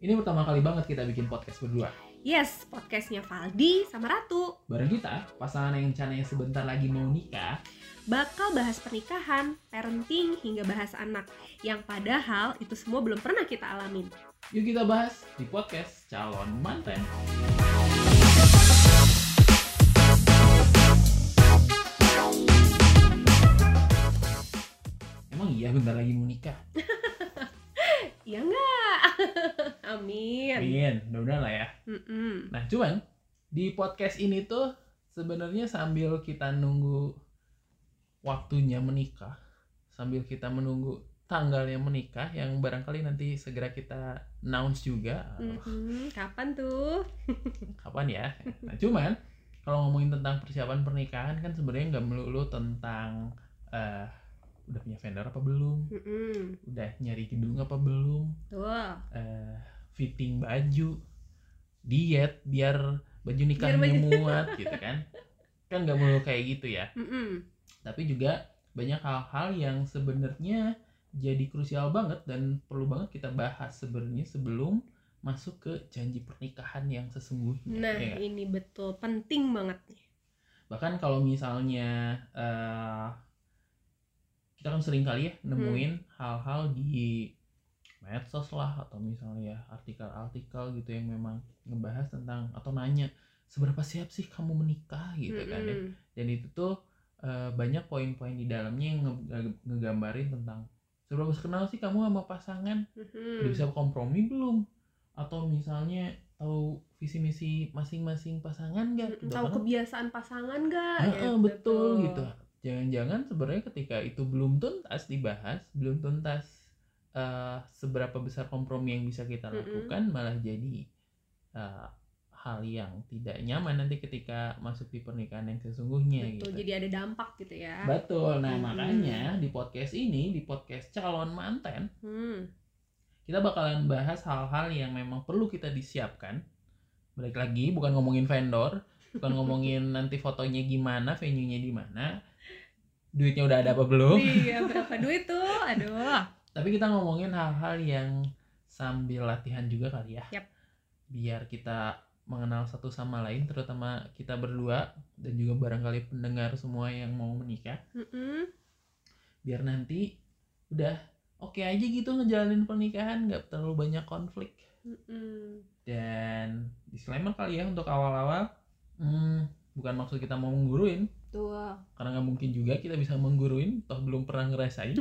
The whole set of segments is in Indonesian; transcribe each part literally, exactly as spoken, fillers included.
Ini pertama kali banget kita bikin podcast berdua. Yes, podcastnya Valdi sama Ratu. Bareng kita, pasangan yang rencananya sebentar lagi mau nikah, bakal bahas pernikahan, parenting, hingga bahas anak. Yang padahal itu semua belum pernah kita alamin. Yuk kita bahas di podcast Calon Manten. Emang iya bentar lagi mau nikah? Iya enggak? Amin. Amin, mudah-mudahan lah ya. Mm-mm. Nah cuman di podcast ini tuh sebenarnya sambil kita nunggu waktunya menikah, sambil kita menunggu tanggalnya menikah yang barangkali nanti segera kita announce juga. Mm-hmm. Kapan tuh? Kapan ya? Nah cuman kalau ngomongin tentang persiapan pernikahan kan sebenarnya nggak melulu tentang uh, udah punya vendor apa belum, Mm-mm. udah nyari gedung apa belum, Tuh. uh, fitting baju, diet biar baju nikahnya Biar baju- muat gitu kan. Kan nggak melulu kayak gitu ya. Mm-mm. Tapi juga banyak hal-hal yang sebenarnya jadi krusial banget dan perlu banget kita bahas sebenarnya sebelum masuk ke janji pernikahan yang sesungguhnya. Nah, Ya nggak? ini betul penting banget nih. Bahkan kalau misalnya uh, kita kan sering kali ya nemuin Hmm. hal-hal di medsos lah atau misalnya artikel-artikel gitu yang memang ngebahas tentang atau nanya seberapa siap sih kamu menikah gitu kan ya. Mm-mm. Dan itu tuh uh, banyak poin-poin di dalamnya yang nge- ngegambarin tentang seberapa kenal sih kamu sama pasangan, Mm-mm. udah bisa kompromi belum, atau misalnya tahu visi misi masing-masing pasangan nggak? Mm-mm. Gitu. Tahu Karena- kebiasaan pasangan nggak? Heeh, Gitu betul tuh. gitu. Jangan-jangan sebenarnya ketika itu belum tuntas dibahas, belum tuntas uh, seberapa besar kompromi yang bisa kita Mm-mm. lakukan, malah jadi uh, hal yang tidak nyaman nanti ketika masuk di pernikahan yang sesungguhnya. Betul, gitu. jadi ada dampak gitu ya. Betul. Nah, Hmm. makanya di podcast ini, di podcast Calon Manten, Hmm. kita bakalan bahas hal-hal yang memang perlu kita disiapkan. Balik lagi, bukan ngomongin vendor, bukan ngomongin nanti fotonya gimana, venue-nya di mana, duitnya udah ada apa belum. Iya, berapa duit tuh? Aduh. Tapi kita ngomongin hal-hal yang sambil latihan juga kali ya. Yap. Biar kita mengenal satu sama lain, terutama kita berdua dan juga barangkali pendengar semua yang mau menikah. Mm-mm. Biar nanti udah oke aja gitu ngejalanin pernikahan, nggak terlalu banyak konflik. Mm-mm. Dan disclaimer kali ya untuk awal-awal, hmm, bukan maksud kita mau mengguruin, Tuh. karena nggak mungkin juga kita bisa mengguruin, toh belum pernah ngerasain.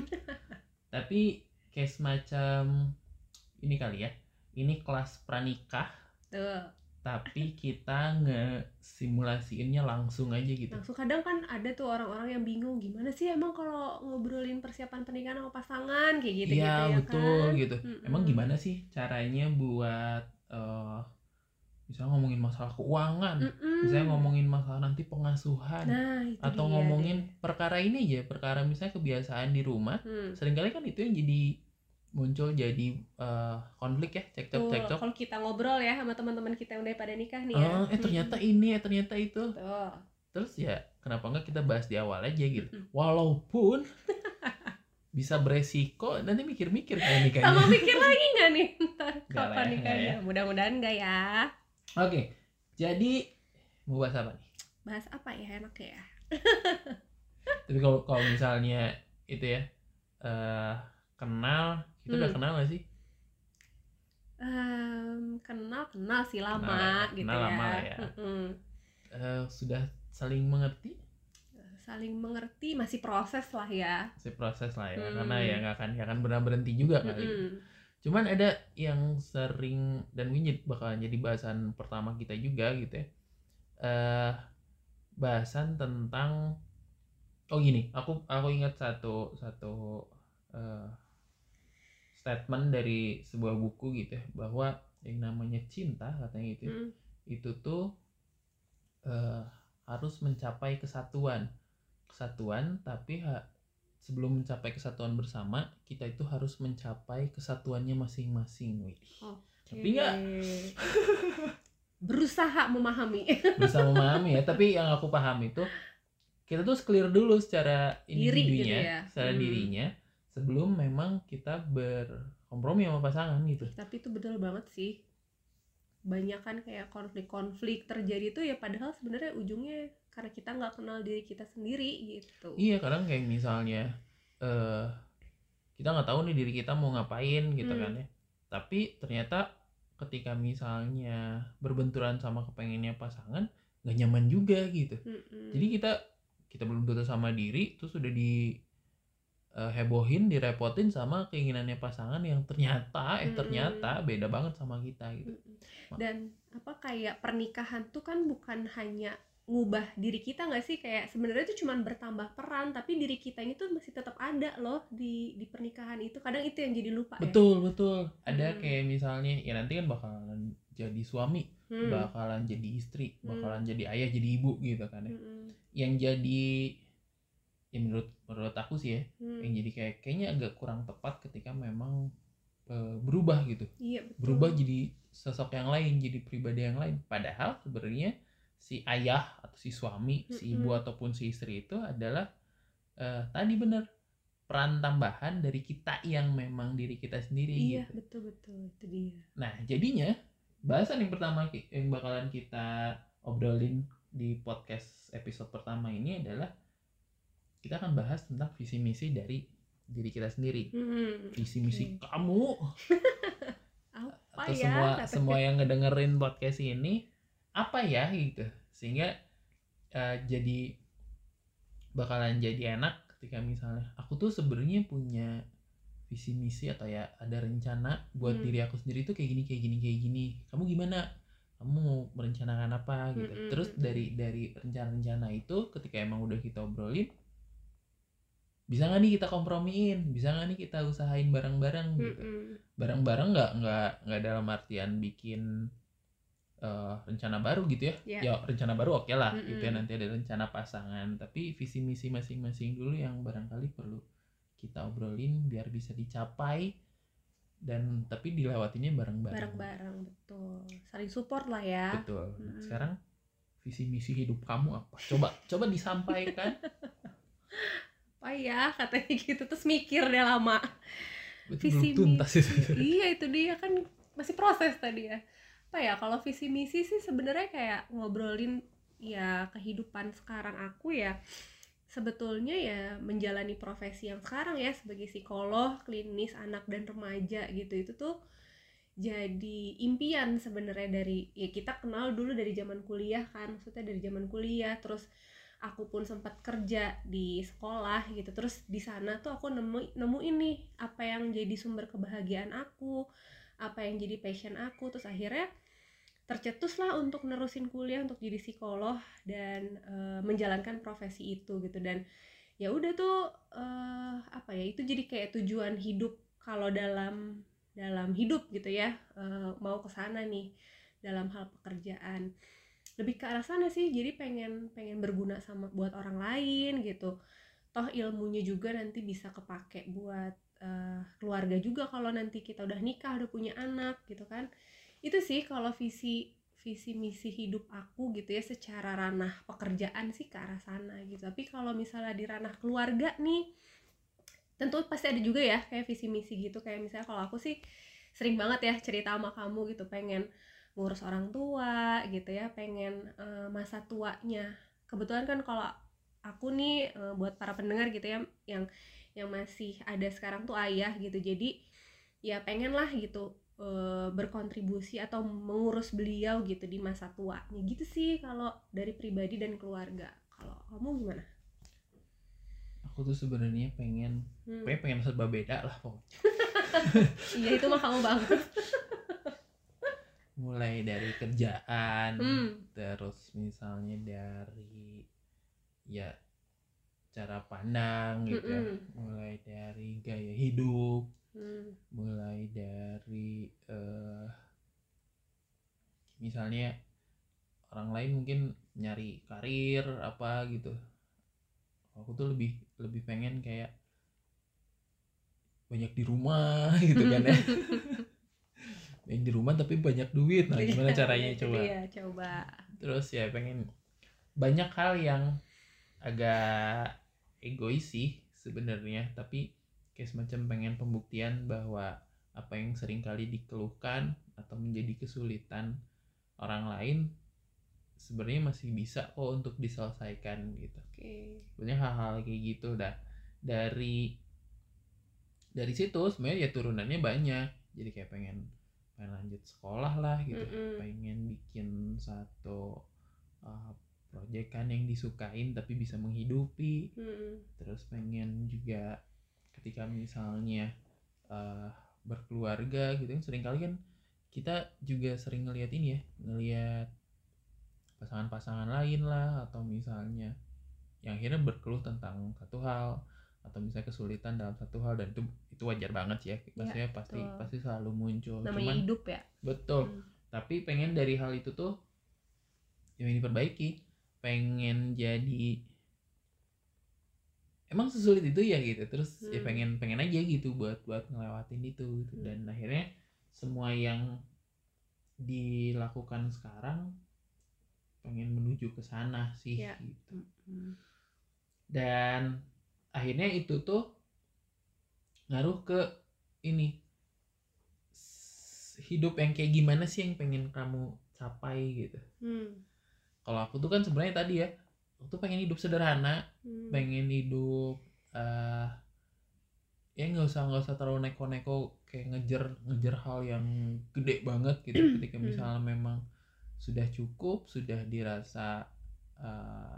Tapi kayak semacam ini kali ya, ini kelas pranikah, Tuh. tapi kita ngesimulasiinnya langsung aja gitu. Langsung kadang kan ada tuh orang-orang yang bingung gimana sih emang kalau ngobrolin persiapan pernikahan sama pasangan kayak gitu gitu Iya ya betul kan? gitu. Mm-mm. Emang gimana sih caranya buat uh, misalnya ngomongin masalah keuangan, Mm-mm. misalnya ngomongin masalah nanti pengasuhan, Nah, itu atau dia ngomongin deh. perkara ini aja, perkara misalnya kebiasaan di rumah. Hmm. Seringkali kan itu yang jadi muncul jadi uh, konflik ya, Tuh, cekcok-cekcok. kalau kita ngobrol ya sama teman-teman kita yang udah pada nikah nih ya. Oh, eh ternyata ini, eh ternyata itu. Tuh. Terus ya kenapa enggak kita bahas di awal aja gitu. Mm-mm. Walaupun bisa beresiko nanti mikir-mikir kayak nikahnya. Sama mikir lagi nggak nih ntar Nggak lah kapan ya, nikahnya? nggak ya. Mudah-mudahan nggak ya. Oke, jadi mau bahas apa nih? Bahas apa ya enak ya? Tapi kalau kalau misalnya itu ya uh, kenal, kita udah Hmm. kenal gak sih? Um, kenal kenal sih lama Kenal ya, gitu kenal ya. lama lah ya. Mm-mm. Uh, sudah saling mengerti? Saling mengerti masih proses lah ya. Si proses lah ya, Hmm. karena ya nggak akan nggak akan benar berhenti juga kali. Mm-mm. Cuman ada yang sering dan ini bakalan jadi bahasan pertama kita juga gitu ya. Uh, bahasan tentang oh gini, aku aku ingat satu satu uh, statement dari sebuah buku gitu ya, bahwa yang namanya cinta katanya gitu ya, Mm. itu tuh uh, harus mencapai kesatuan kesatuan tapi ha, sebelum mencapai kesatuan bersama kita itu harus mencapai kesatuannya masing-masing. Wih. Oke. Tapi nggak berusaha memahami. berusaha memahami ya, tapi yang aku paham itu kita tuh clear dulu secara Diri individunya, gitu ya. secara Hmm. dirinya sebelum memang kita ber kompromi sama pasangan gitu. Tapi itu betul banget sih, banyak kan kayak konflik-konflik terjadi tuh ya padahal sebenarnya ujungnya karena kita nggak kenal diri kita sendiri gitu. Iya, kadang kayak misalnya uh, kita nggak tahu nih diri kita mau ngapain gitu hmm. kan ya, tapi ternyata ketika misalnya berbenturan sama kepengennya pasangan nggak nyaman juga gitu. Mm-mm. Jadi kita kita belum tentu sama diri terus sudah di uh, hebohin, direpotin sama keinginannya pasangan yang ternyata eh ternyata Mm-mm. beda banget sama kita gitu. Mm-mm. Dan apa kayak pernikahan tuh kan bukan hanya ngubah diri kita nggak sih, kayak sebenarnya itu cuma bertambah peran tapi diri kita ini tuh masih tetap ada loh di di pernikahan itu. Kadang itu yang jadi lupa. Betul ya? betul ada hmm. kayak misalnya ya nanti kan bakalan jadi suami, hmm. bakalan jadi istri, bakalan hmm. jadi ayah, jadi ibu gitu kan ya. Hmm. Yang jadi ya menurut menurut aku sih ya hmm. yang jadi kayak kayaknya agak kurang tepat ketika memang e, berubah gitu. Iya, betul. Berubah jadi sosok yang lain, jadi pribadi yang lain, padahal sebenarnya si ayah atau si suami, mm-hmm. si ibu ataupun si istri itu adalah uh, tadi benar peran tambahan dari kita yang memang diri kita sendiri. Iya, gitu. betul betul itu dia. Nah, jadinya bahasan yang pertama yang bakalan kita obrolin di podcast episode pertama ini adalah kita akan bahas tentang visi misi dari diri kita sendiri. Mm-hmm. Visi misi okay. kamu apa atau ya, semua katanya. semua yang ngedengerin podcast ini apa ya gitu, sehingga uh, jadi bakalan jadi enak ketika misalnya aku tuh sebenarnya punya visi misi atau ya ada rencana buat hmm. diri aku sendiri tuh kayak gini kayak gini kayak gini. Kamu gimana? Kamu mau merencanakan apa gitu? Hmm, Terus hmm, dari dari rencana-rencana itu ketika emang udah kita obrolin, bisa nggak nih kita kompromiin? Bisa nggak nih kita usahain bareng-bareng gitu? Hmm. Bareng-bareng nggak nggak nggak dalam artian bikin Uh, rencana baru gitu ya, yeah. ya rencana baru oke okay lah, mm-hmm. gitu ya nanti ada rencana pasangan, tapi visi misi masing-masing dulu yang barangkali perlu kita obrolin biar bisa dicapai dan tapi dilewatinya bareng-bareng. Bareng-bareng, betul, saling support lah ya. Betul. Nah, mm. sekarang visi misi hidup kamu apa? Coba coba disampaikan. Apa ya katanya gitu terus mikir deh lama. Betul, visi belum tuntas itu. Iya itu dia kan masih proses tadi ya. Apa ya kalau visi misi sih sebenarnya kayak ngobrolin ya kehidupan sekarang aku ya sebetulnya ya menjalani profesi yang sekarang ya sebagai psikolog klinis anak dan remaja gitu. Itu tuh jadi impian sebenarnya dari ya kita kenal dulu dari zaman kuliah kan, maksudnya dari zaman kuliah terus aku pun sempat kerja di sekolah gitu, terus di sana tuh aku nemu nemuin nih apa yang jadi sumber kebahagiaan aku, apa yang jadi passion aku, terus akhirnya tercetuslah untuk nerusin kuliah untuk jadi psikolog dan e, menjalankan profesi itu gitu. Dan ya udah tuh e, apa ya itu jadi kayak tujuan hidup kalau dalam dalam hidup gitu ya, e, mau kesana nih dalam hal pekerjaan lebih ke arah sana sih, jadi pengen pengen berguna sama buat orang lain gitu, toh ilmunya juga nanti bisa kepake buat e, keluarga juga kalau nanti kita udah nikah udah punya anak gitu kan. Itu sih kalau visi visi misi hidup aku gitu ya secara ranah pekerjaan sih ke arah sana gitu. Tapi kalau misalnya di ranah keluarga nih tentu pasti ada juga ya kayak visi misi gitu, kayak misalnya kalau aku sih sering banget ya cerita sama kamu gitu, pengen ngurus orang tua gitu ya, pengen uh, masa tuanya. Kebetulan kan kalau aku nih uh, buat para pendengar gitu ya yang yang masih ada sekarang tuh ayah gitu, jadi ya pengen lah gitu E, berkontribusi atau mengurus beliau gitu di masa tuanya gitu sih kalau dari pribadi dan keluarga. Kalau kamu gimana? Aku tuh sebenarnya pengen hmm. pengen pengen serba beda lah pokoknya. Iya itu mah kamu banget. Mulai dari kerjaan, hmm. terus misalnya dari ya cara pandang gitu ya, mulai dari gaya hidup. Hmm. Mulai dari uh, misalnya orang lain mungkin nyari karir apa gitu, aku tuh lebih lebih pengen kayak banyak di rumah gitu kan ya. Banyak di rumah tapi banyak duit, nah gimana caranya coba? Iya, coba. Terus ya pengen banyak hal yang agak egois sih sebenarnya, tapi kayak semacam pengen pembuktian bahwa apa yang sering kali dikeluhkan atau menjadi kesulitan orang lain sebenarnya masih bisa kok untuk diselesaikan gitu. Oke. Sebenarnya hal-hal kayak gitu dah. Dari dari situ sebenarnya ya turunannya banyak. Jadi kayak pengen pengen lanjut sekolah lah gitu. Mm-mm. Pengen bikin satu uh, proyekan yang disukain tapi bisa menghidupi. Mm-mm. Terus pengen juga ketika misalnya uh, berkeluarga gitu kan, seringkali kan kita juga sering ngelihat ini ya, ngelihat pasangan-pasangan lain lah, atau misalnya yang akhirnya berkeluh tentang satu hal atau misalnya kesulitan dalam satu hal, dan itu itu wajar banget sih ya, maksudnya Ya, pasti betul. pasti selalu muncul. Namanya Cuman hidup ya. betul. Hmm. Tapi pengen dari hal itu tuh yang diperbaiki, pengen jadi emang sesulit itu ya gitu, terus Hmm. ya pengen pengen aja gitu buat buat ngelewatin itu gitu. Hmm. Dan akhirnya semua yang dilakukan sekarang pengen menuju ke sana sih Ya. gitu. Hmm. Dan akhirnya itu tuh ngaruh ke ini, hidup yang kayak gimana sih yang pengen kamu capai gitu. Hmm. Kalau aku tuh kan sebenarnya tadi ya, aku tuh pengen hidup sederhana, Hmm. pengen hidup uh, ya nggak usah nggak usah terlalu neko-neko kayak ngejar ngejar hal yang gede banget gitu. Ketika misalnya memang sudah cukup, sudah dirasa uh,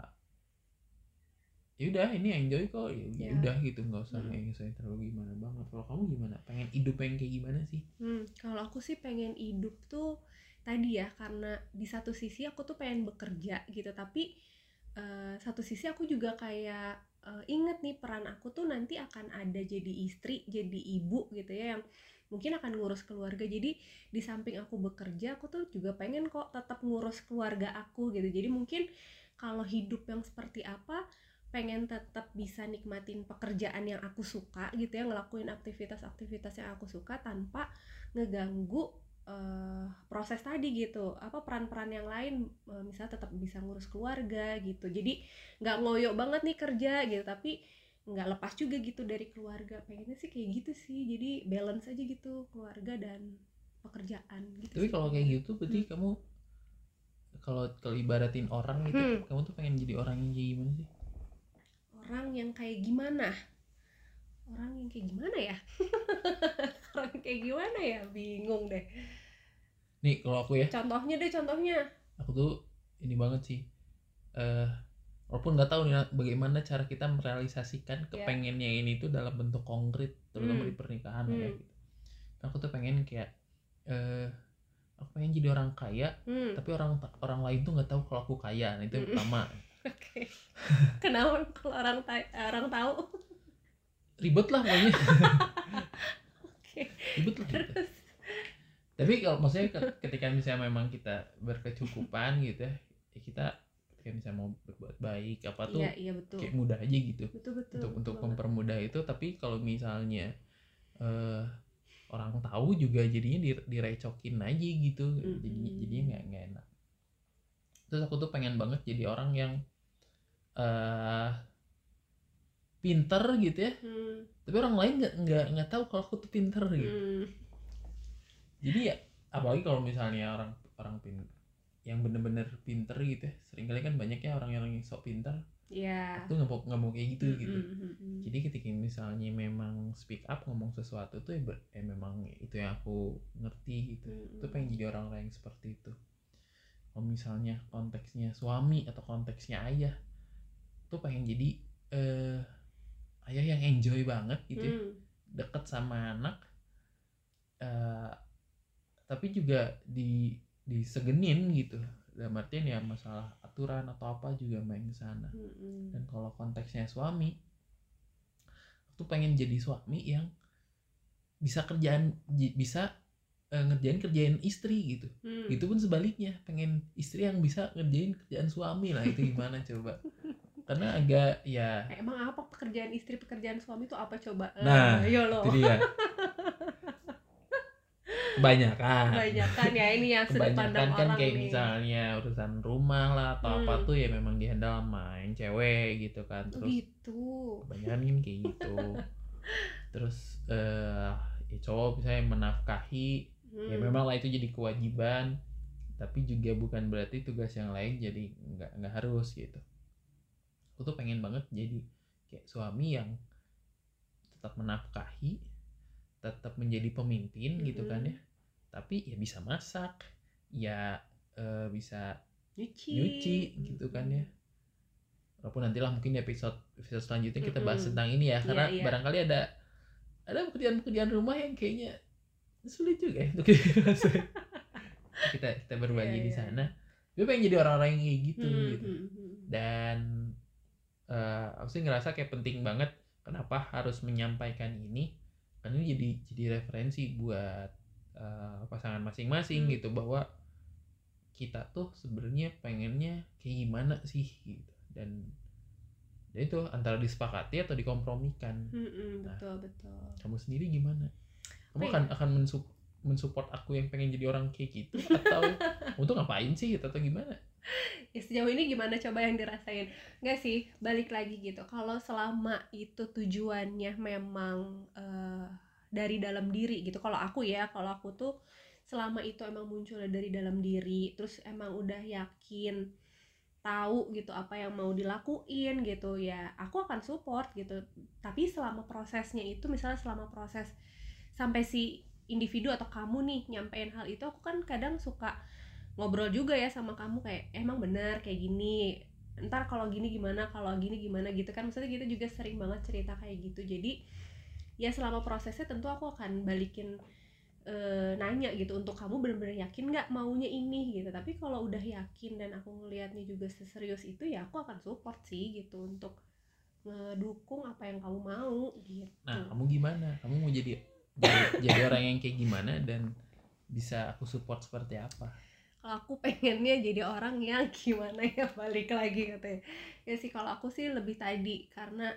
ya udah ini enjoy kok, ya Ya. udah gitu, nggak usah Hmm. yang saya terlalu gimana banget. Kalau kamu gimana, pengen hidup yang kayak gimana sih? Hmm, kalau aku sih pengen hidup tuh tadi ya, karena di satu sisi aku tuh pengen bekerja gitu, tapi uh, satu sisi aku juga kayak uh, inget nih peran aku tuh nanti akan ada jadi istri, jadi ibu gitu ya, yang mungkin akan ngurus keluarga. Jadi di samping aku bekerja, aku tuh juga pengen kok tetap ngurus keluarga aku gitu. Jadi mungkin kalau hidup yang seperti apa, pengen tetap bisa nikmatin pekerjaan yang aku suka gitu ya, ngelakuin aktivitas-aktivitas yang aku suka tanpa ngeganggu uh, proses tadi gitu, apa peran-peran yang lain, uh, misalnya tetap bisa ngurus keluarga gitu. Jadi nggak ngoyo banget nih kerja gitu, tapi nggak lepas juga gitu dari keluarga. Pengennya sih kayak gitu sih, jadi balance aja gitu keluarga dan pekerjaan gitu. Tapi sih kalau kayak gitu berarti hmm. kamu kalau kalau ibaratin orang gitu, hmm. kamu tuh pengen jadi orang yang kayak gimana sih? Orang yang kayak gimana? Orang yang kayak gimana ya? Orang kayak gimana ya? Bingung deh. Nih kalau aku ya. Contohnya deh, contohnya. Aku tuh ini banget sih. Uh, walaupun nggak tahu nih bagaimana cara kita merealisasikan kepengennya yeah. ini tuh dalam bentuk konkret, terutama hmm. di pernikahan hmm. ya gitu. Aku tuh pengen kayak, uh, aku pengen jadi orang kaya, hmm. tapi orang orang lain tuh nggak tahu kalau aku kaya. Nah, itu yang pertama. Oke. Okay. Kenapa kalau orang ta- orang tahu? Ribet lah pokoknya. Oke. Ribet lah gitu. Tapi kalau maksudnya ketika misalnya memang kita berkecukupan gitu ya, ya kita ketika misalnya mau berbuat baik apa tuh, iya, iya, betul. kayak mudah aja gitu. Betul, betul, untuk betul untuk banget. mempermudah itu. Tapi kalau misalnya uh, orang tahu juga jadinya direcokin aja gitu. Mm-hmm. Jadi jadinya nggak nggak enak. Terus aku tuh pengen banget jadi orang yang Uh, pinter gitu ya, hmm. tapi orang lain nggak nggak nggak tahu kalau aku tuh pinter gitu. Hmm. Jadi ya apalagi kalau misalnya orang orang pin yang bener-bener pinter gitu ya, seringkali kan banyak ya orang-orang yang sok pinter. Iya. Yeah. Aku nggak mau nggak mau kayak gitu mm-hmm. gitu. Mm-hmm. Jadi ketika misalnya memang speak up ngomong sesuatu tuh ya, ber, ya memang itu yang aku ngerti gitu. Mm-hmm. Tuh pengen jadi orang-orang yang seperti itu. Kalau misalnya konteksnya suami atau konteksnya ayah, tuh pengen jadi uh, ayah yang enjoy banget gitu ya, hmm. deket sama anak, uh, tapi juga di disegenin gitu, dalam artian ya masalah aturan atau apa juga main kesana. Hmm. Dan kalau konteksnya suami, tuh pengen jadi suami yang bisa kerjaan bisa uh, ngerjain kerjaan istri gitu. Hmm. Gitu pun sebaliknya, pengen istri yang bisa ngerjain kerjaan suami lah. Itu gimana coba? Karena agak ya. Emang apa pekerjaan istri, pekerjaan suami itu apa coba? Nah, uh, itu dia. Kebanyakan. Kebanyakan ya ini yang sudut pandang kan orang kayak nih. Misalnya urusan rumah lah atau hmm. apa tuh ya memang dihandle sama yang cewek gitu kan. Terus gitu. Kebanyakan kan kayak gitu. Terus uh, ya cowok misalnya menafkahi, Hmm. ya memang lah itu jadi kewajiban, tapi juga bukan berarti tugas yang lain jadi nggak nggak harus gitu. Aku tuh pengen banget jadi kayak suami yang tetap menafkahi, tetap menjadi pemimpin gitu kan ya, tapi ya bisa masak, ya eh, bisa Nyuci. nyuci gitu kan ya. Walaupun nantilah mungkin di episode episode selanjutnya kita bahas Mm-mm. tentang ini ya, karena Iya, iya. barangkali ada ada pekerjaan-pekerjaan rumah yang kayaknya sulit juga ya untuk kita kita, kita berbagi Iya, di iya. sana. Gue pengen jadi orang-orang yang kayak gitu Hmm, gitu. hmm, hmm. Dan eh, aku sih ngerasa kayak penting banget kenapa harus menyampaikan ini, karena ini jadi jadi referensi buat eh, pasangan masing-masing Hmm. gitu, bahwa kita tuh sebenarnya pengennya kayak gimana sih gitu. Dan ya itu antara disepakati atau dikompromikan. Hmm, Nah, betul betul. kamu sendiri gimana? Kamu Apa akan ya? akan mensup- mensupport aku yang pengen jadi orang kayak gitu, atau kamu tuh ngapain sih gitu, atau gimana? Ya, sejauh ini gimana coba yang dirasain? Nggak sih, balik lagi gitu. Kalau selama itu tujuannya memang eh, dari dalam diri gitu. Kalau aku ya, kalau aku tuh selama itu emang munculnya dari dalam diri, terus emang udah yakin, tahu gitu apa yang mau dilakuin gitu, ya aku akan support gitu. Tapi selama prosesnya itu, misalnya selama proses sampai si individu atau kamu nih nyampein hal itu, aku kan kadang suka ngobrol juga ya sama kamu, kayak emang benar kayak gini, ntar kalau gini gimana, kalau gini gimana gitu kan. Maksudnya kita juga sering banget cerita kayak gitu. Jadi ya selama prosesnya tentu aku akan balikin e, nanya gitu, untuk kamu benar-benar yakin nggak maunya ini gitu. Tapi kalau udah yakin dan aku ngelihatnya juga seserius itu, ya aku akan support sih gitu, untuk ngedukung apa yang kamu mau gitu. Nah, kamu gimana? Kamu mau jadi jadi, jadi orang yang kayak gimana, dan bisa aku support seperti apa? Kalau aku pengennya jadi orang yang gimana ya, balik lagi katanya. Ya sih, kalau aku sih lebih tadi, karena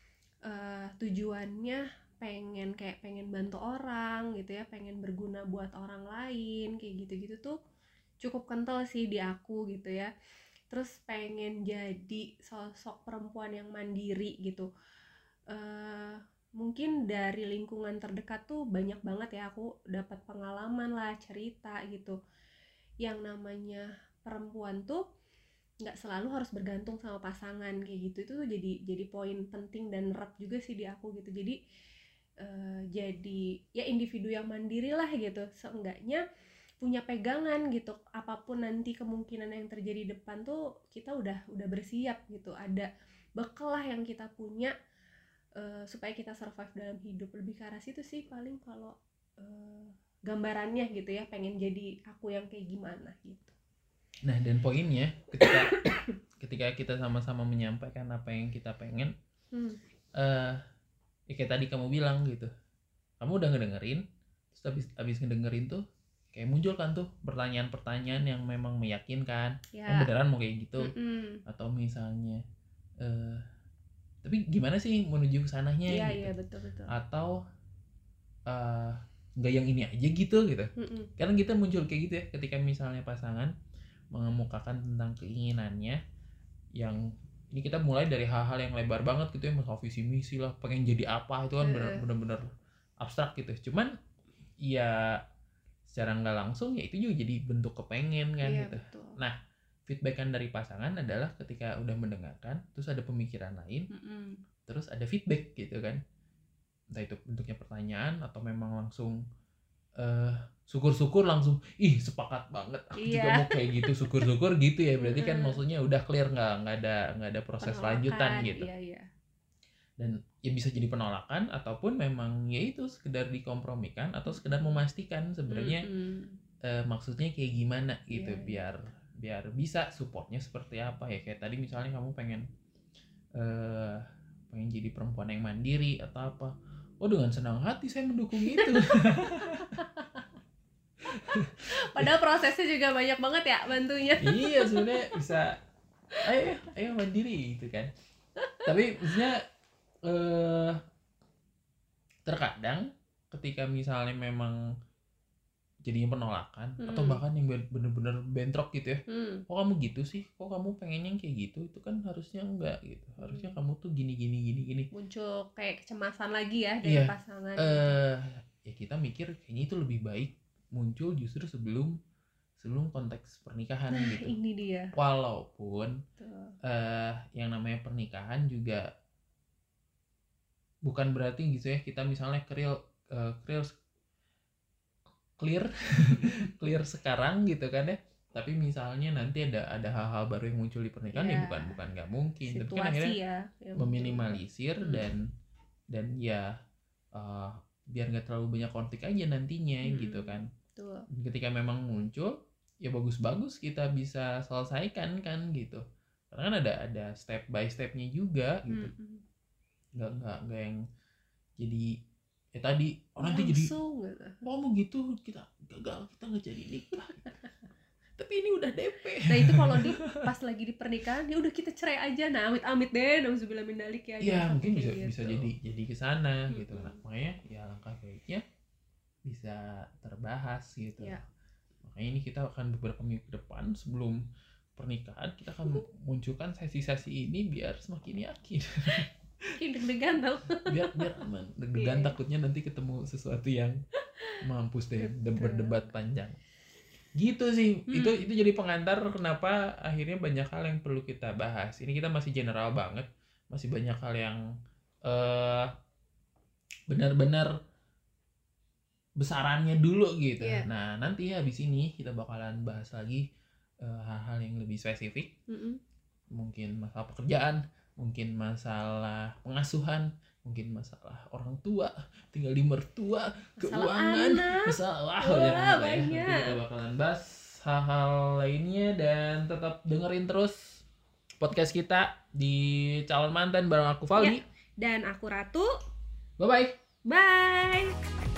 uh, tujuannya pengen kayak pengen bantu orang gitu ya, pengen berguna buat orang lain kayak gitu-gitu tuh cukup kental sih di aku gitu ya. Terus pengen jadi sosok perempuan yang mandiri gitu. Uh, mungkin dari lingkungan terdekat tuh banyak banget ya aku dapat pengalaman lah, cerita gitu, yang namanya perempuan tuh nggak selalu harus bergantung sama pasangan kayak gitu. Itu tuh jadi jadi poin penting dan erat juga sih di aku gitu. Jadi uh, jadi ya individu yang mandiri lah gitu, seenggaknya punya pegangan gitu, apapun nanti kemungkinan yang terjadi depan tuh kita udah udah bersiap gitu, ada bekal lah yang kita punya uh, supaya kita survive dalam hidup. Lebih ke arah situ sih paling kalau uh, gambarannya gitu ya, pengen jadi aku yang kayak gimana gitu. Nah, dan poinnya ketika ketika kita sama-sama menyampaikan apa yang kita pengen, hmm. uh, ya kayak tadi kamu bilang gitu, kamu udah ngedengerin, terus abis, abis ngedengerin tuh kayak muncul kan tuh pertanyaan-pertanyaan yang memang meyakinkan, ya. Kamu beneran mau kayak gitu, mm-mm. Atau misalnya uh, tapi gimana sih menuju kesananya, ya, gitu, ya, betul, betul. Atau uh, nggak yang ini aja gitu gitu. Mm-mm. Karena kita muncul kayak gitu ya ketika misalnya pasangan mengemukakan tentang keinginannya, yang ini kita mulai dari hal-hal yang lebar banget gitu ya, masalah visi misi lah, pengen jadi apa, itu kan uh. bener-bener abstrak gitu. Cuman ya secara nggak langsung ya itu juga jadi bentuk kepengen kan, iya, gitu. Betul. Nah, feedbackan dari pasangan adalah ketika udah mendengarkan, terus ada pemikiran lain, mm-mm. Terus ada feedback gitu kan, entah itu bentuknya pertanyaan atau memang langsung uh, syukur-syukur langsung ih sepakat banget, aku iya. juga mau kayak gitu, syukur-syukur gitu ya, berarti kan maksudnya udah clear, nggak nggak ada nggak ada proses penolakan, lanjutan gitu, iya, iya. Dan ya bisa jadi penolakan ataupun memang ya itu sekedar dikompromikan atau sekedar memastikan sebenarnya mm-hmm. uh, maksudnya kayak gimana gitu, yeah, biar biar bisa supportnya seperti apa ya. Kayak tadi misalnya kamu pengen uh, pengen jadi perempuan yang mandiri atau apa, oh dengan senang hati saya mendukung itu. Padahal prosesnya juga banyak banget ya bantunya. Iya, sebenarnya bisa ayo ayo mandiri gitu kan. Tapi maksudnya eh, terkadang ketika misalnya memang jadinya penolakan, hmm. atau bahkan yang bener-bener bentrok gitu ya, hmm. kok kamu gitu sih, kok kamu pengennya kayak gitu, itu kan harusnya enggak gitu, harusnya hmm. kamu tuh gini gini gini gini, muncul kayak kecemasan lagi ya dari yeah. pasangan. Uh, ya kita mikir kayaknya itu lebih baik muncul justru sebelum sebelum konteks pernikahan Nah, gitu. ini dia. Walaupun uh, yang namanya pernikahan juga bukan berarti gitu ya kita misalnya clear uh, clear clear clear sekarang gitu kan ya. Tapi misalnya nanti ada ada hal-hal baru yang muncul di pernikahan ya, ya bukan bukan nggak mungkin. Situasi tapi kan akhirnya ya, meminimalisir hmm. dan dan ya uh, biar nggak terlalu banyak konflik aja nantinya hmm. gitu kan. Betul. Ketika memang muncul ya bagus-bagus kita bisa selesaikan kan gitu. Karena kan ada ada step by stepnya juga gitu. Hmm. Nggak nggak nggak yang jadi ya tadi orang tuh jadi oh mau gitu kita gagal kita nggak jadi nikah. Tapi ini udah D P. Nah itu kalau di pas lagi di pernikahan ya udah kita cerai aja. Nah amit-amit deh, nauzubillah min dzalik ya. Iya mungkin bisa gitu. bisa jadi jadi kesana hmm. gitu. Nah, makanya ya langkah baiknya bisa terbahas gitu. Ya. Makanya ini kita akan beberapa minggu ke depan sebelum pernikahan kita akan munculkan sesi-sesi ini biar semakin yakin. Deg-degan tau. Biar biar aman. Deg-degan yeah. Takutnya nanti ketemu sesuatu yang mampus deh berdebat panjang. Gitu sih. Hmm. Itu itu jadi pengantar kenapa akhirnya banyak hal yang perlu kita bahas. Ini kita masih general banget. Masih banyak hal yang uh, benar-benar besarannya dulu gitu. Yeah. Nah, nanti habis ini kita bakalan bahas lagi uh, hal-hal yang lebih spesifik. Mm-hmm. Mungkin masalah pekerjaan, mungkin masalah pengasuhan, mungkin masalah orang tua, tinggal di mertua, masalah keuangan, anak. Masalah wah, ya, banyak. Nanti kita bakalan bahas hal-hal lainnya dan tetap dengerin terus podcast kita di Calon Mantan bareng aku Valdi. Ya, dan aku Ratu. Bye-bye. Bye.